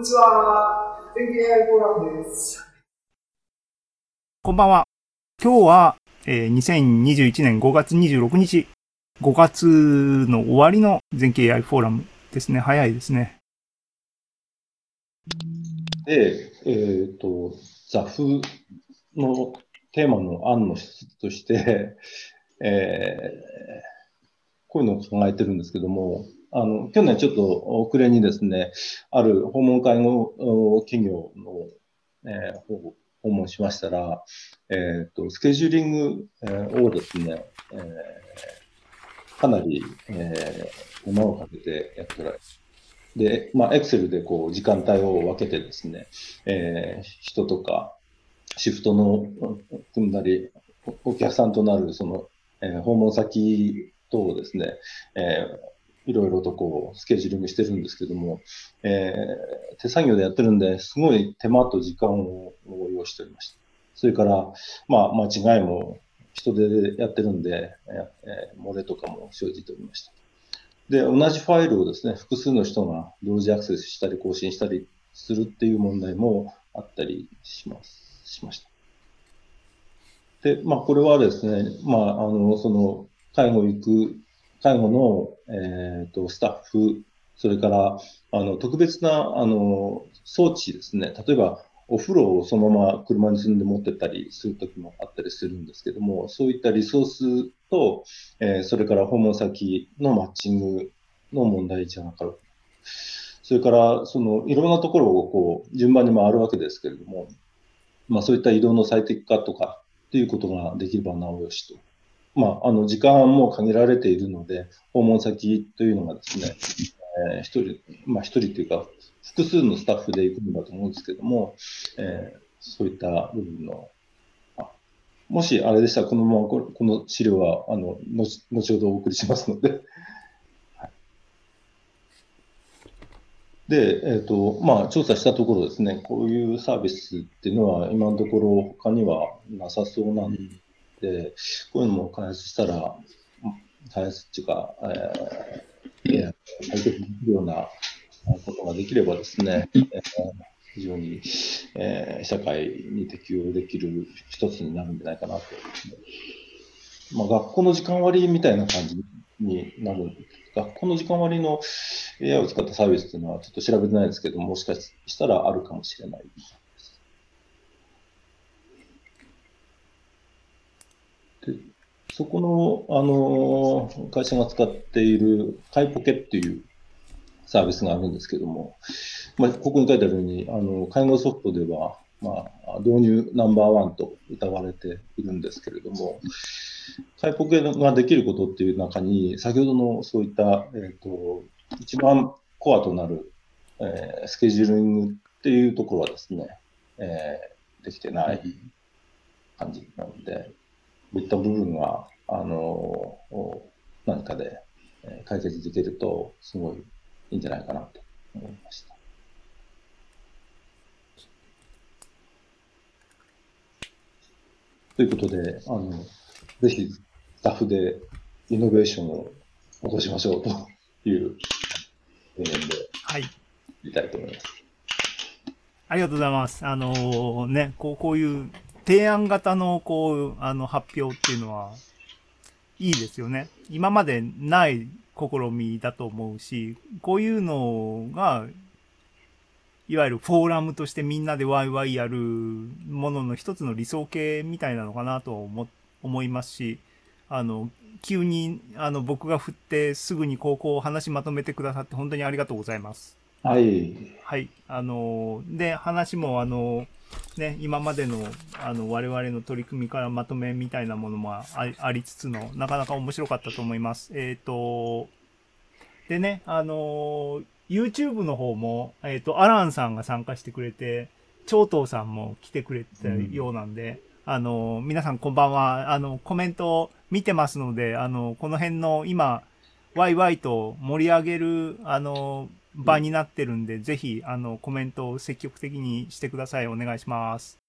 にちは。全経 AI フォーラムです。 こんばんは。今日は、2021年5月26日、5月の終わりの全経 AI フォーラムですね。早いですね。 で、ザフのテーマの案の一つとして、こういうのを考えてるんですけども、去年ちょっと遅れにですね、ある訪問介護企業の、方を訪問しましたら、スケジューリング、をですね、かなり、手間をかけてやっておられる。で、まあ、Excel でこう時間帯を分けてですね、人とかシフトの組んだり、お客さんとなるその、訪問先等をですね、いろいろとこうスケジューリングしてるんですけども、手作業でやってるんですごい手間と時間を要しておりました。それから、まあ、間違いも人でやってるんで、漏れとかも生じておりました。で、同じファイルをですね、複数の人が同時アクセスしたり更新したりするっていう問題もあったりしました。で、まあ、これはですね、まあ、その、介護の、スタッフ、それから、特別な、装置ですね、例えば、お風呂をそのまま車に積んで持ってったりするときもあったりするんですけども、そういったリソースと、それから訪問先のマッチングの問題じゃなかろう。それから、その、いろんなところをこう、順番に回るわけですけれども、まあ、そういった移動の最適化とかっていうことができればなおよしと。まあ、時間も限られているので、訪問先というのがですね、一人、まあ一人というか、複数のスタッフで行くんだと思うんですけども、そういった部分の、もしあれでしたら、このままこの資料は、後ほどお送りしますので、で、まあ、調査したところですね、こういうサービスっていうのは、今のところ他にはなさそうなんで、こういうのも開発したら、開発っていうか、解決できるようなことができればですね、非常に、社会に適応できる一つになるんじゃないかなと。まあ、学校の時間割みたいな感じになる。学校の時間割の AI を使ったサービスっていうのはちょっと調べてないですけども、もしかしたらあるかもしれない。でそこの、会社が使っているカイポケっていうサービスがあるんですけども、まあ、ここに書いてあるように、介護ソフトでは、まあ、導入ナンバーワンと謳われているんですけれども、カイポケができることっていう中に、先ほどのそういった、一番コアとなる、スケジューリングっていうところはですね、できてない感じなので、こういった部分が、何かで解決できると、すごいいいんじゃないかなと思いました。ということで、ぜひ、スタッフでイノベーションを起こしましょうという理念で、 はい。 いきたいと思います。 ありがとうございます。ね、こういう提案型の、発表っていうのは、いいですよね。今までない試みだと思うし、こういうのが、いわゆるフォーラムとしてみんなでワイワイやるものの一つの理想形みたいなのかなと思いますし、急に、僕が振ってすぐにこう話まとめてくださって本当にありがとうございます。 はい。 はい。で、話もね、今までの、我々の取り組みからまとめみたいなものもありつつの、なかなか面白かったと思います。でね、YouTube の方も、アランさんが参加してくれて、長東さんも来てくれたようなんで、皆さんこんばんは。コメント見てますので、この辺の今、ワイワイと盛り上げる、場になってるんで、ぜひ、コメントを積極的にしてください。お願いします。